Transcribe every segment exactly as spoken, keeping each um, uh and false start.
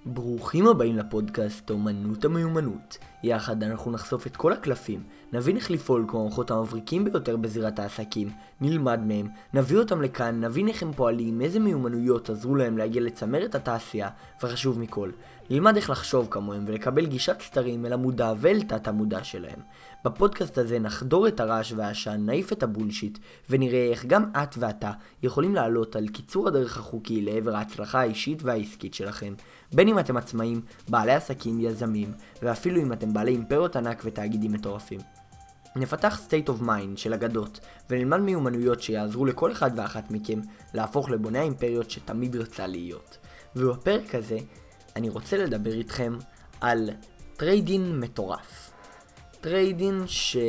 ברוכים הבאים לפודקאסט אומנות המיומנות. יחד אנחנו נחשוף את כל הקלפים, נבין איך לפעול כמו המוחות המבריקים ביותר בזירת העסקים, נלמד מהם, נביא אותם לכאן, נבין איך הם פועלים, איזה מיומנויות עזרו להם להגיע לצמרת התעשייה, וחשוב מכל, נלמד איך לחשוב כמוהם ולקבל גישת סתרים אל המודע ואל תת המודע שלהם. בפודקאסט הזה נחדור את הרעש והעשן, נעיף את הבולשיט, ונראה איך גם את ואתה יכולים לעלות על קיצור הדרך החוקי לעבר ההצלחה האישית והעסקית שלכם. בין אם אתם עצמאים, בעלי עסקים, יזמים, ואפילו אם אתם בעלי אימפריות ענק ותאגידים מטורפים. נפתח state of mind של אגדות, ונלמד מיומנויות שיעזרו לכל אחד ואחת מכם להפוך לבוני האימפריות שתמיד רצה להיות. ובפרק הזה אני רוצה לדבר איתכם על טריידין מטורף. טריידין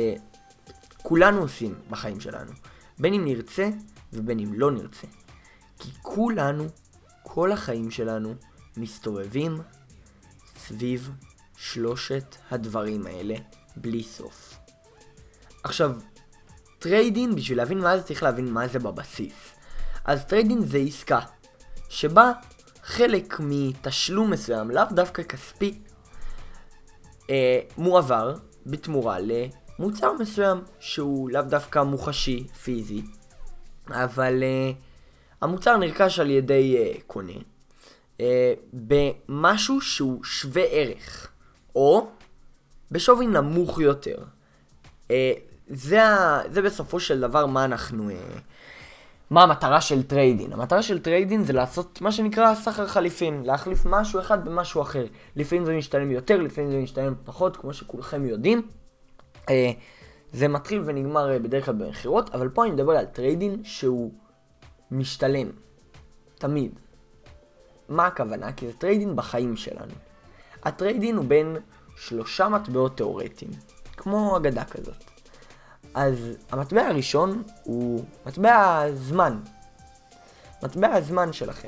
שכולנו עושים בחיים שלנו, בין אם נרצה ובין אם לא נרצה. כי כולנו, כל החיים שלנו, מסתובבים סביב שלושת הדברים האלה בלי סוף. עכשיו, טריידין, בשביל להבין מה זה צריך להבין מה זה בבסיס. אז טריידין זה עסקה שבה חלק מתשלום מסוים, לאו דווקא כספי, אה, מועבר בתמורה למוצר מסוים שהוא לאו דווקא מוחשי, פיזי, אבל אה, המוצר נרכש על ידי אה, קונה אה, במשהו שהוא שווה ערך או בשווי נמוך יותר. אה, זה, ה, זה בסופו של דבר מה אנחנו... אה, מה המטרה של טריידין? המטרה של טריידין זה לעשות מה שנקרא סחר חליפין, להחליף משהו אחד במשהו אחר. לפעמים זה משתלם יותר, לפעמים זה משתלם פחות, כמו שכולכם יודעים. אה, זה מתחיל ונגמר בדרך כלל במחירות, אבל פה אני מדבר על טריידין שהוא משתלם. תמיד. מה הכוונה? כי זה טריידין בחיים שלנו. הטריידין הוא בין שלושה מטבעות תיאורטיים, כמו אגדה כזאת. אז המטבע הראשון הוא מטבע זמן. מטבע הזמן שלכם.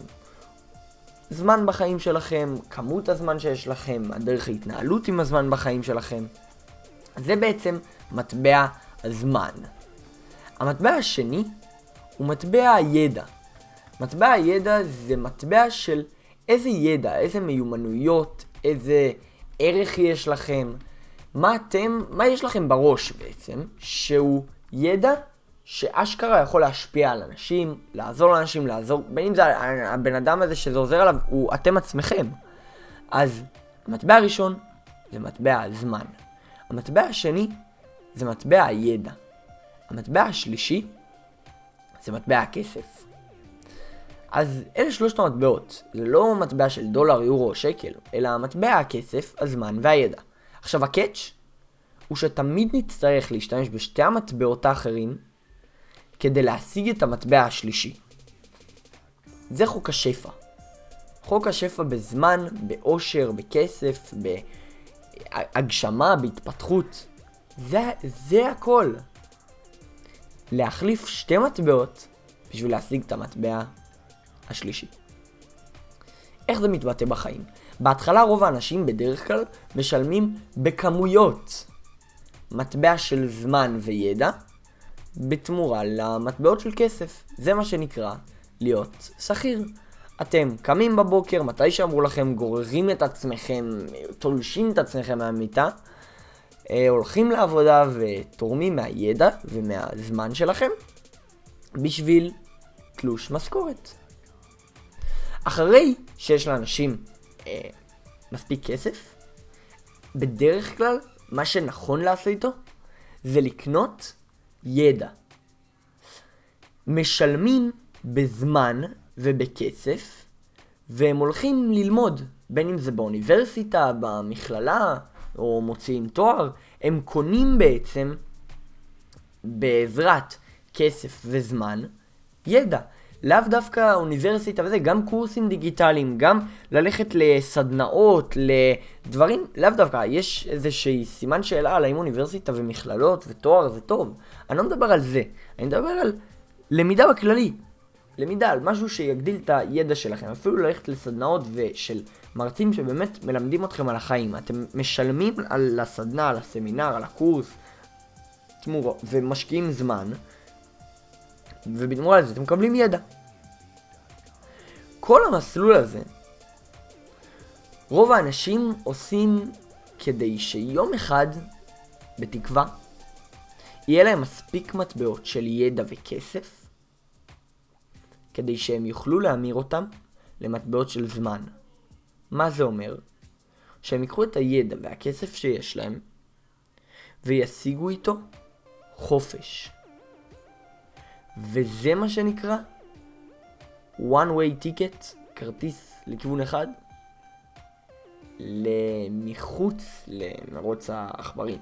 זמן בחיים שלכם, כמות הזמן שיש לכם, הדרך ההתנהלות עם הזמן בחיים שלכם. זה בעצם מטבע הזמן. המטבע השני הוא מטבע הידע. מטבע הידע זה מטבע של איזה ידע, איזה מיומנויות, איזה ערך יש לכם. מה אתם, מה יש לכם בראש בעצם, שהוא ידע שאשכרה יכול להשפיע על אנשים, לעזור לאנשים, לעזור, בין אם זה הבן אדם הזה שזה עוזר עליו, הוא אתם עצמכם. אז המטבע הראשון זה מטבע הזמן. המטבע השני זה מטבע הידע. המטבע השלישי זה מטבע הכסף. אז אלה שלושת המטבעות, זה לא מטבע של דולר, יורו או שקל, אלא מטבע הכסף, הזמן והידע. עכשיו הקאץ' הוא שתמיד נצטרך להשתמש בשתי המטבעות האחרים כדי להשיג את המטבע השלישי. זה חוק השפע. חוק השפע בזמן, באושר, בכסף, בהגשמה, בהתפתחות. זה, זה הכל. להחליף שתי מטבעות בשביל להשיג את המטבע השלישי. איך זה מתבטא בחיים? בהתחלה רוב האנשים בדרך כלל משלמים בכמויות מטבע של זמן וידע בתמורה למטבעות של כסף. זה מה שנקרא להיות שכיר. אתם קמים בבוקר, מתי שאמרו לכם, גוררים את עצמכם, תולשים את עצמכם מהמיטה, הולכים לעבודה ותורמים מהידע ומהזמן שלכם בשביל תלוש משכורת. אחרי שיש לאנשים אה, מספיק כסף, בדרך כלל מה שנכון לעשות איתו זה לקנות ידע. משלמים בזמן ובכסף והם הולכים ללמוד, בין אם זה באוניברסיטה, במכללה או מוציאים תואר. הם קונים בעצם בעזרת כסף וזמן ידע. לאו דווקא אוניברסיטה וזה, גם קורסים דיגיטליים, גם ללכת לסדנאות, לדברים, לאו דווקא. יש איזושהי סימן שאלה על האם אוניברסיטה ומכללות ותואר זה טוב. אני לא מדבר על זה, אני מדבר על למידה בכללי. למידה על משהו שיגדיל את הידע שלכם. אפילו ללכת לסדנאות ושל מרצים שבאמת מלמדים אתכם על החיים. אתם משלמים על הסדנה, על הסמינר, על הקורס, תמורה, ומשקיעים זמן. ובתמורה לזה אתם מקבלים ידע. כל המסלול הזה רוב האנשים עושים כדי שיום אחד, בתקווה, יהיה להם מספיק מטבעות של ידע וכסף, כדי שהם יוכלו להמיר אותם למטבעות של זמן. מה זה אומר? שהם יקחו את הידע והכסף שיש להם, וישיגו איתו חופש. וזה מה שנקרא one way ticket, כרטיס לכיוון אחד, למחוץ למרוץ העכברים.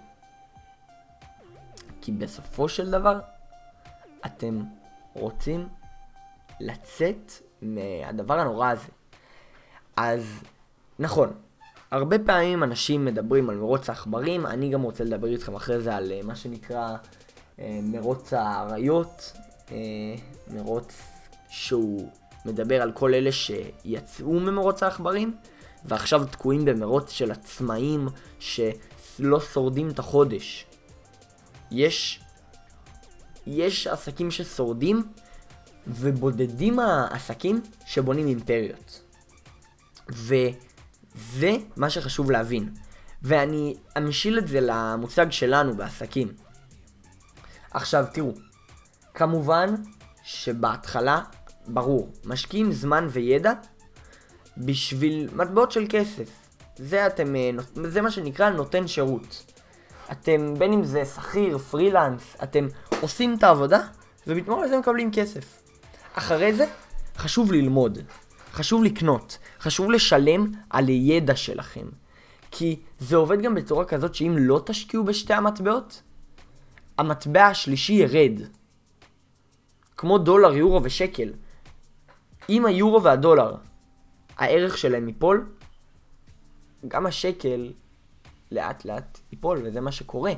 כי בסופו של דבר, אתם רוצים לצאת מהדבר הנורא הזה. אז נכון, הרבה פעמים אנשים מדברים על מרוץ העכברים, אני גם רוצה לדבר איתכם אחרי זה על מה שנקרא אה, מרוץ האריות, אה, מרוץ שהוא מדבר על כל אלה שיצאו ממרוץ העכברים, ועכשיו תקועים במרוץ של עצמאים שלא שורדים את החודש. יש, יש עסקים ששורדים, ובודדים העסקים שבונים אימפריות. וזה מה שחשוב להבין. ואני אמשיל את זה למושג שלנו בעסקים. עכשיו תראו, כמובן שבהתחלה, ברור, משקיעים זמן וידע בשביל מטבעות של כסף. זה, אתם, זה מה שנקרא נותן שירות. אתם, בין אם זה שכיר, פרילנס, אתם עושים את העבודה ובתמורה לזה מקבלים כסף. אחרי זה חשוב ללמוד, חשוב לקנות, חשוב לשלם על הידע שלכם. כי זה עובד גם בצורה כזאת שאם לא תשקיעו בשתי המטבעות, המטבע השלישי ירד. כמו דולר, יורו ושקל. אם היורו והדולר, הערך שלהם ייפול, גם השקל לאט לאט ייפול, וזה מה שקורה.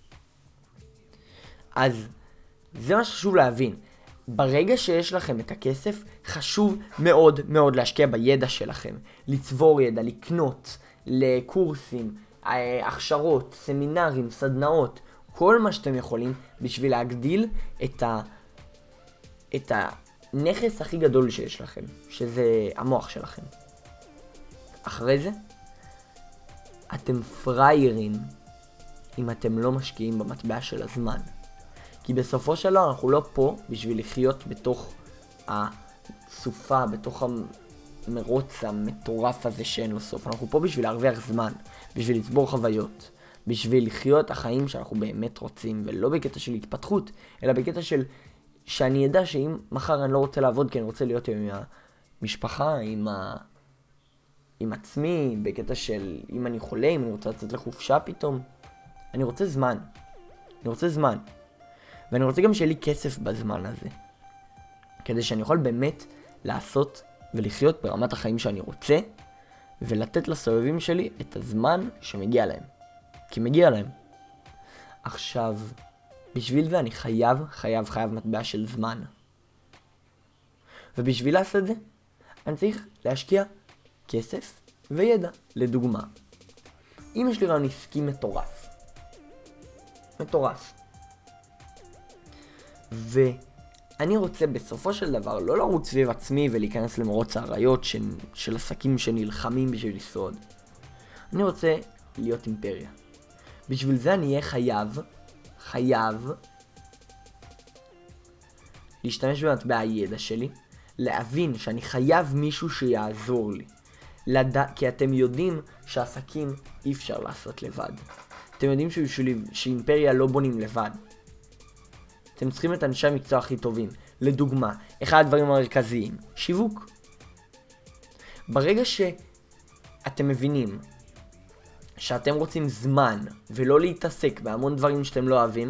אז זה מה שחשוב להבין. ברגע שיש לכם את הכסף, חשוב מאוד מאוד להשקיע בידע שלכם. לצבור ידע, לקנות, לקורסים, הכשרות, סמינרים, סדנאות, כל מה שאתם יכולים בשביל להגדיל את ה... את הנכס הכי גדול שיש לכם, שזה המוח שלכם. אחרי זה, אתם פריירים אם אתם לא משקיעים במטבע של הזמן. כי בסופו של דבר אנחנו לא פה בשביל לחיות בתוך הסופה, בתוך המרוץ המטורף הזה שאין לו סוף. אנחנו פה בשביל להרוויח זמן, בשביל לצבור חוויות, בשביל לחיות החיים שאנחנו באמת רוצים, ולא בקטע של התפתחות, אלא בקטע של שאני ידע שאם מחר אני לא רוצה לעבוד כי אני רוצה להיות עם המשפחה, עם, ה... עם עצמי, בקטע של אם אני חולה, אם אני רוצה לצאת לחופשה פתאום, אני רוצה זמן. אני רוצה זמן. ואני רוצה גם שיהיה לי כסף בזמן הזה. כדי שאני יכול באמת לעשות ולחיות ברמת החיים שאני רוצה, ולתת לסובבים שלי את הזמן שמגיע להם. כי מגיע להם. עכשיו, בשביל זה אני חייב, חייב, חייב מטבע של זמן. ובשביל לעשות את זה, אני צריך להשקיע כסף וידע. לדוגמה, אם יש לי רעיון עסקי מטורף, מטורף, ואני רוצה בסופו של דבר לא לרוץ סביב עצמי ולהיכנס למרוץ האריות של, של עסקים שנלחמים בשביל לשרוד. אני רוצה להיות אימפריה. בשביל זה אני אהיה חייב, חייב, להשתמש במטבע הידע שלי, להבין שאני חייב מישהו שיעזור לי. לד... כי אתם יודעים שעסקים אי אפשר לעשות לבד. אתם יודעים שאימפריה לא בונים לבד. אתם צריכים את אנשי המקצוע הכי טובים. לדוגמה, אחד הדברים המרכזיים, שיווק. ברגע שאתם מבינים שאתם רוצים זמן ולא להתעסק בהמון דברים שאתם לא אוהבים,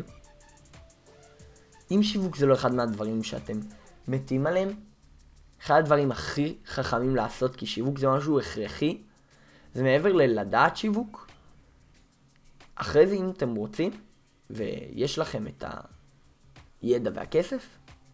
אם שיווק זה לא אחד מהדברים שאתם מתים עליהם, אחד הדברים הכי חכמים לעשות, כי שיווק זה משהו הכרחי, זה מעבר ללדעת שיווק. אחרי זה אם אתם רוצים ויש לכם את הידע והכסף,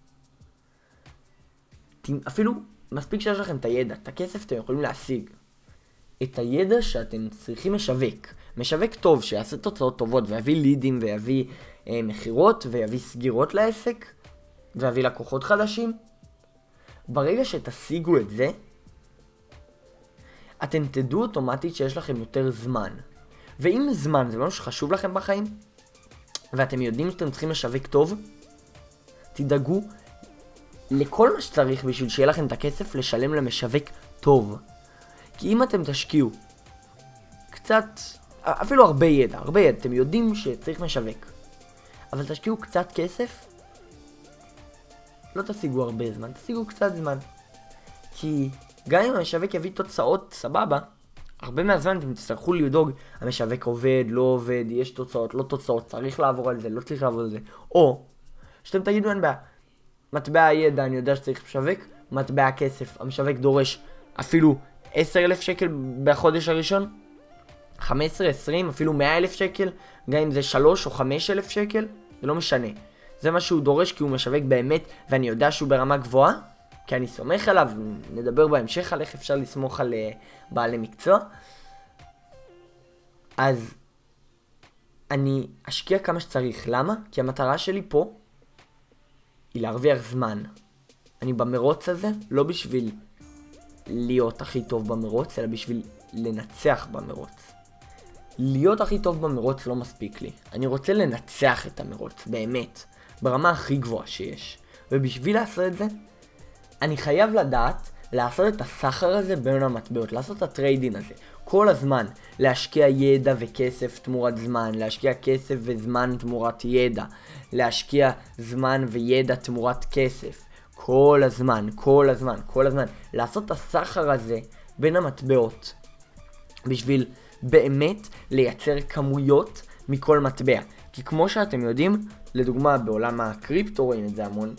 אפילו מספיק שיש לכם את הידע, את הכסף אתם יכולים להשיג. את הידע שאתם צריכים משווק, משווק טוב שיעשה תוצאות טובות ויביא לידים ויביא אה, מחירות ויביא סגירות לעסק ויביא לקוחות חדשים. ברגע שתשיגו את זה, אתם תדעו אוטומטית שיש לכם יותר זמן. ואם זמן זה משהו שחשוב לכם בחיים, ואתם יודעים שאתם צריכים לשווק טוב, תדאגו לכל מה שצריך בשביל שיהיה לכם את הכסף לשלם למשווק טוב. כי אם אתם תשקיעו קצת, אפילו הרבה ידע, הרבה ידע, אתם יודעים שצריך משווק, אבל תשקיעו קצת כסף, לא תשיגו הרבה זמן, תשיגו קצת זמן. כי גם אם המשווק יביא תוצאות סבבה, הרבה מהזמן אתם תצטרכו לדאוג, המשווק עובד, לא עובד, יש תוצאות, לא תוצאות, צריך לעבור על זה, לא צריך לעבור על זה. או שאתם תגידו אין בעיה, מטבע הידע אני יודע שצריך לשווק, מטבע הכסף, המשווק דורש אפילו עשרת אלפים שקל בחודש הראשון, חמש עשרה, עשרים, אפילו מאה אלף שקל, גם אם זה שלוש או חמש אלף שקל, זה לא משנה. זה מה שהוא דורש כי הוא משווק באמת, ואני יודע שהוא ברמה גבוהה, כי אני סומך עליו, נדבר בהמשך על איך אפשר לסמוך על uh, בעלי מקצוע. אז אני אשקיע כמה שצריך. למה? כי המטרה שלי פה היא להרוויח זמן. אני במרוץ הזה לא בשביל להיות הכי טוב במרוץ, אלא בשביל לנצח במרוץ. להיות הכי טוב במרוץ לא מספיק לי. אני רוצה לנצח את המרוץ, באמת, ברמה הכי גבוהה שיש. ובשביל לעשות את זה, אני חייב לדעת לעשות את הסחר הזה בין המטבעות, לעשות את הטריידינג הזה. כל הזמן להשקיע ידע וכסף תמורת זמן, להשקיע כסף וזמן תמורת ידע, להשקיע זמן וידע תמורת כסף. כל הזמן, כל הזמן, כל הזמן. לעשות את הסחר הזה בין המטבעות. בשביל באמת לייצר כמויות מכל מטבע. כי כמו שאתם יודעים, לדוגמה בעולם הקריפטו רואים את זה המון,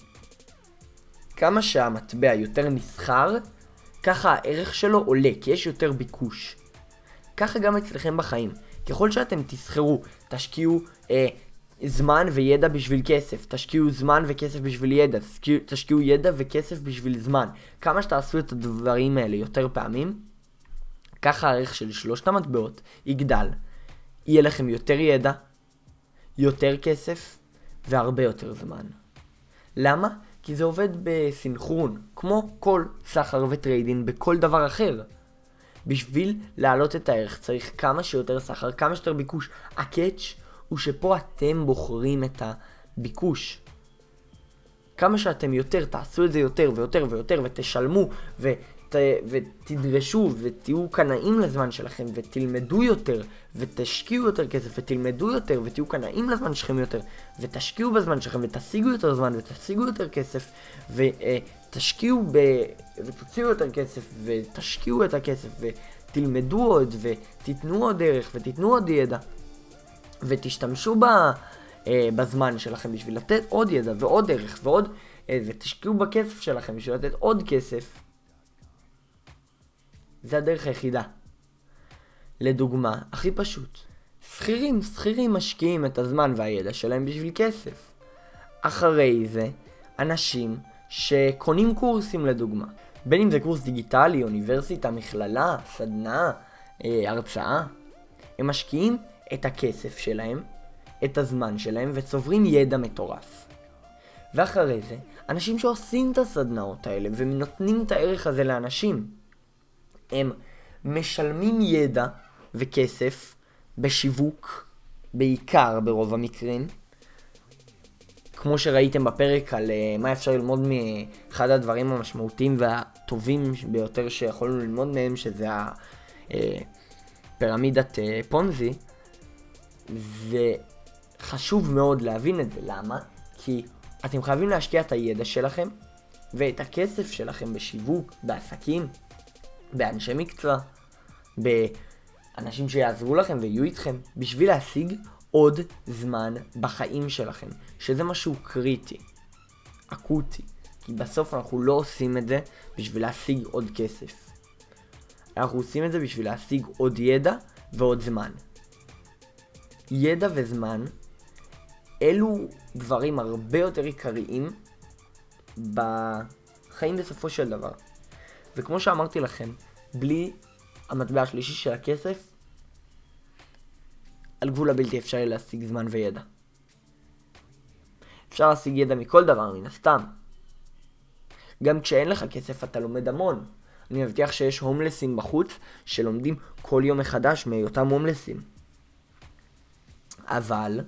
כמה שהמטבע יותר נסחר, ככה הערך שלו עולה, כי יש יותר ביקוש. ככה גם אצלכם בחיים. ככל שאתם תסחרו, תשקיעו אה, זמן וידע בשביל כסף, תשקיעו זמן וכסף בשביל ידע, תשקיעו, תשקיעו ידע וכסף בשביל זמן. כמה שתעשו את הדברים האלה יותר פעמים, ככה הערך של שלושת המטבעות יגדל. יהיה לכם יותר ידע, יותר כסף והרבה יותר זמן. למה? כי זה עובד בסינכרון, כמו כל סחר וטריידינג בכל דבר אחר. בשביל להעלות את הערך צריך כמה שיותר סחר, כמה שיותר ביקוש. הקאץ' הוא שפה אתם בוחרים את הביקוש. כמה שאתם יותר, תעשו את זה יותר ויותר ויותר ותשלמו ות, ותדרשו ותהיו קנאים לזמן שלכם ותלמדו יותר ותשקיעו יותר כסף ותלמדו יותר ותהיו קנאים לזמן שלכם יותר ותשקיעו בזמן שלכם ותשיגו יותר זמן ותשיגו יותר כסף ותשקיעו ב... ותוציאו יותר כסף ותשקיעו את הכסף ותלמדו עוד ותתנו עוד דרך ותתנו עוד ידע ותשתמשו ב... בזמן שלכם בשביל לתת עוד ידע ועוד דרך ועוד ותשקיעו בכסף שלכם בשביל לתת עוד כסף. זה הדרך היחידה. לדוגמה, הכי פשוט. שכירים, שכירים משקיעים את הזמן והידע שלהם בשביל כסף. אחרי זה, אנשים שקונים קורסים לדוגמה. בין אם זה קורס דיגיטלי, אוניברסיטה, מכללה, סדנה, אה, הרצאה. הם משקיעים את הכסף שלהם, את הזמן שלהם, וצוברים ידע מטורף. ואחרי זה, אנשים שעושים את הסדנאות האלה, ונותנים את הערך הזה לאנשים. הם משלמים ידע וכסף בשיווק, בעיקר ברוב המקרים. כמו שראיתם בפרק על uh, מה אפשר ללמוד מאחד הדברים המשמעותיים והטובים ביותר שיכולנו ללמוד מהם, שזה הפירמידת uh, uh, פונזי. וחשוב מאוד להבין את זה. למה? כי אתם חייבים להשקיע את הידע שלכם ואת הכסף שלכם בשיווק, בעסקים, באנשי מקצוע, באנשים שיעזרו לכם ויהיו איתכם, בשביל להשיג עוד זמן בחיים שלכם, שזה משהו קריטי, אקוטי, כי בסוף אנחנו לא עושים את זה בשביל להשיג עוד כסף. אנחנו עושים את זה בשביל להשיג עוד ידע ועוד זמן. ידע וזמן, אלו דברים הרבה יותר עיקריים בחיים בסופו של דבר. וכמו שאמרתי לכם, בלי המטבע השלישי של הכסף, על גבול הבלתי אפשרי להשיג זמן וידע. אפשר להשיג ידע מכל דבר מן הסתם. גם כשאין לך כסף אתה לומד המון. אני מבטיח שיש הומלסים בחוץ שלומדים כל יום מחדש מאותם הומלסים. אבל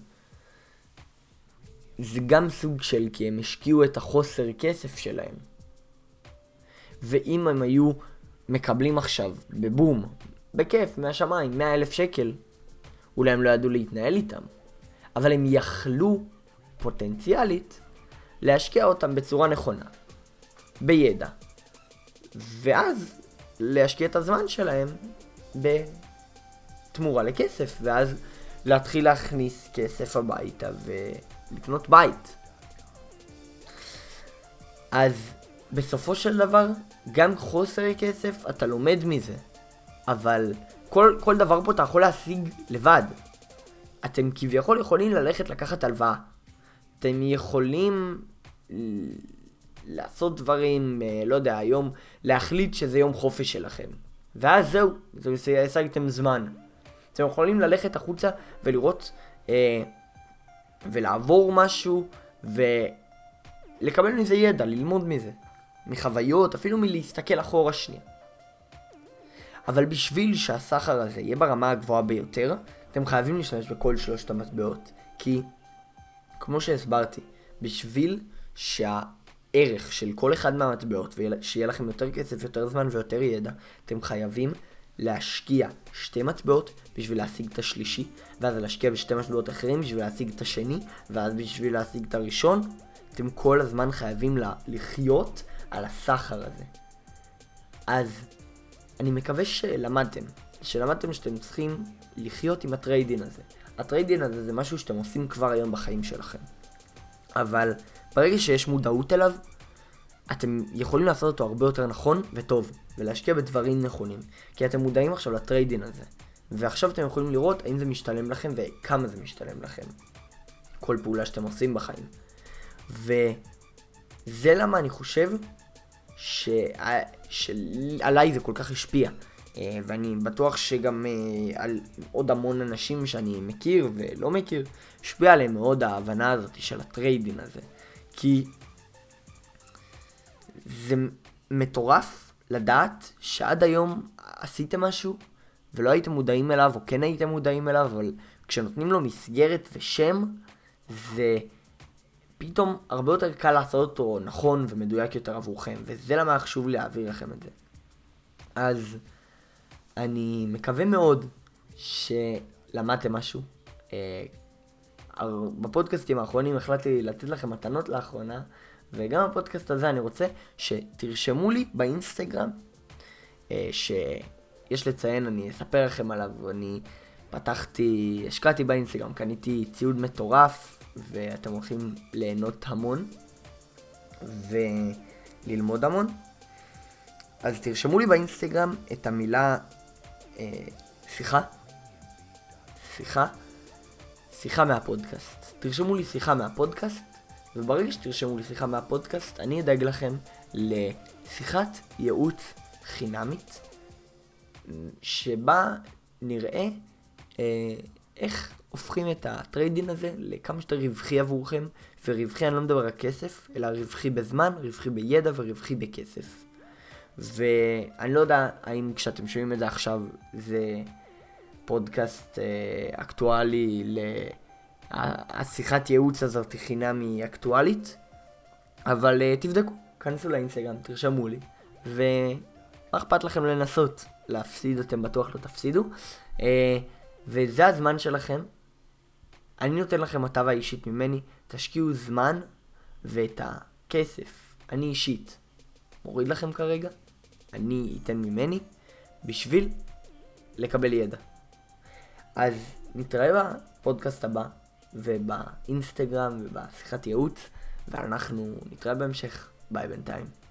זה גם סוג של כי הם השקיעו את החוסר כסף שלהם. ואם הם היו מקבלים עכשיו בבום, בכיף, מהשמיים, מאה אלף שקל, אולי הם לא ידעו להתנהל איתם. אבל הם יכלו פוטנציאלית להשקיע אותם בצורה נכונה, בידע. ואז להשקיע את הזמן שלהם בתמורה לכסף, ואז להתחיל להכניס כסף הביתה ולקנות בית. אז בסופו של דבר, גם חוסר כסף, אתה לומד מזה. אבל כל, כל דבר פה אתה יכול להשיג לבד. אתם כביכול יכולים ללכת לקחת הלוואה. אתם יכולים לעשות דברים, לא יודע, היום, להחליט שזה יום חופש שלכם. ואז זהו, זה השגתם זמן. אתם יכולים ללכת החוצה ולראות, אה, ולעבור משהו, ולקבל מזה ידע, ללמוד מזה. מחוויות, אפילו מלהסתכל אחורה שנייה. אבל בשביל שהסחר הזה יהיה ברמה הגבוהה ביותר, אתם חייבים להשתמש בכל שלושת המטבעות. כי, כמו שהסברתי, בשביל שהערך של כל אחד מהמטבעות, ושיהיה לכם יותר כסף, יותר זמן ויותר ידע, אתם חייבים להשקיע שתי מטבעות בשביל להשיג את השלישי, ואז להשקיע בשתי מטבעות אחרים בשביל להשיג את השני, ואז בשביל להשיג את הראשון. אתם כל הזמן חייבים לה, לחיות על הסחר הזה. אז אני מקווה שלמדתם, שלמדתם שאתם צריכים לחיות עם הטריידין הזה. הטריידין הזה זה משהו שאתם עושים כבר היום בחיים שלכם. אבל ברגע שיש מודעות אליו, אתם יכולים לעשות אותו הרבה יותר נכון וטוב, ולהשקיע בדברים נכונים. כי אתם מודעים עכשיו לטריידין הזה. ועכשיו אתם יכולים לראות האם זה משתלם לכם וכמה זה משתלם לכם. כל פעולה שאתם עושים בחיים. וזה למה אני חושב ש... שעליי זה כל כך השפיע. ואני בטוח שגם על עוד המון אנשים שאני מכיר ולא מכיר, השפיע עליהם מאוד ההבנה הזאת של הטריידין הזה. כי זה מטורף לדעת שעד היום עשיתם משהו ולא הייתם מודעים אליו, או כן הייתם מודעים אליו, אבל כשנותנים לו מסגרת ושם, זה פתאום הרבה יותר קל לעשות אותו נכון ומדויק יותר עבורכם, וזה למה חשוב להעביר לכם את זה. אז אני מקווה מאוד שלמדתם משהו. בפודקאסטים האחרונים החלטתי לתת לכם מתנות לאחרונה, וגם בפודקאסט הזה אני רוצה שתרשמו לי באינסטגרם, שיש לציין, אני אספר לכם עליו, אני פתחתי, השקעתי באינסטגרם, קניתי ציוד מטורף, ואתם הולכים ליהנות המון וללמוד המון. אז תרשמו לי באינסטגרם את המילה אה, שיחה שיחה שיחה מהפודקאסט. תרשמו לי שיחה מהפודקאסט, וברגע שתרשמו לי שיחה מהפודקאסט אני אדאג לכם לשיחת ייעוץ חינמית שבה נראה אה, איך הופכים את הטריידין הזה לכמה שיותר רווחי עבורכם. ורווחי, אני לא מדבר על כסף, אלא רווחי בזמן, רווחי בידע ורווחי בכסף. ואני לא יודע האם כשאתם שומעים את זה עכשיו זה פודקאסט אה, אקטואלי, השיחת ייעוץ הזאת חינמי אקטואלית, אבל אה, תבדקו, כנסו לאינסטגרם, תרשמו לי, ומה אכפת לכם לנסות? להפסיד אתם בטוח לא תפסידו, אה, וזה הזמן שלכם. אני נותן לכם הטבה אישית ממני, תשקיעו זמן ואת הכסף, אני אישית מוריד לכם כרגע, אני אתן ממני בשביל לקבל ידע. אז נתראה בפודקאסט הבא ובאינסטגרם ובשיחת ייעוץ, ואנחנו נתראה בהמשך. ביי בינתיים.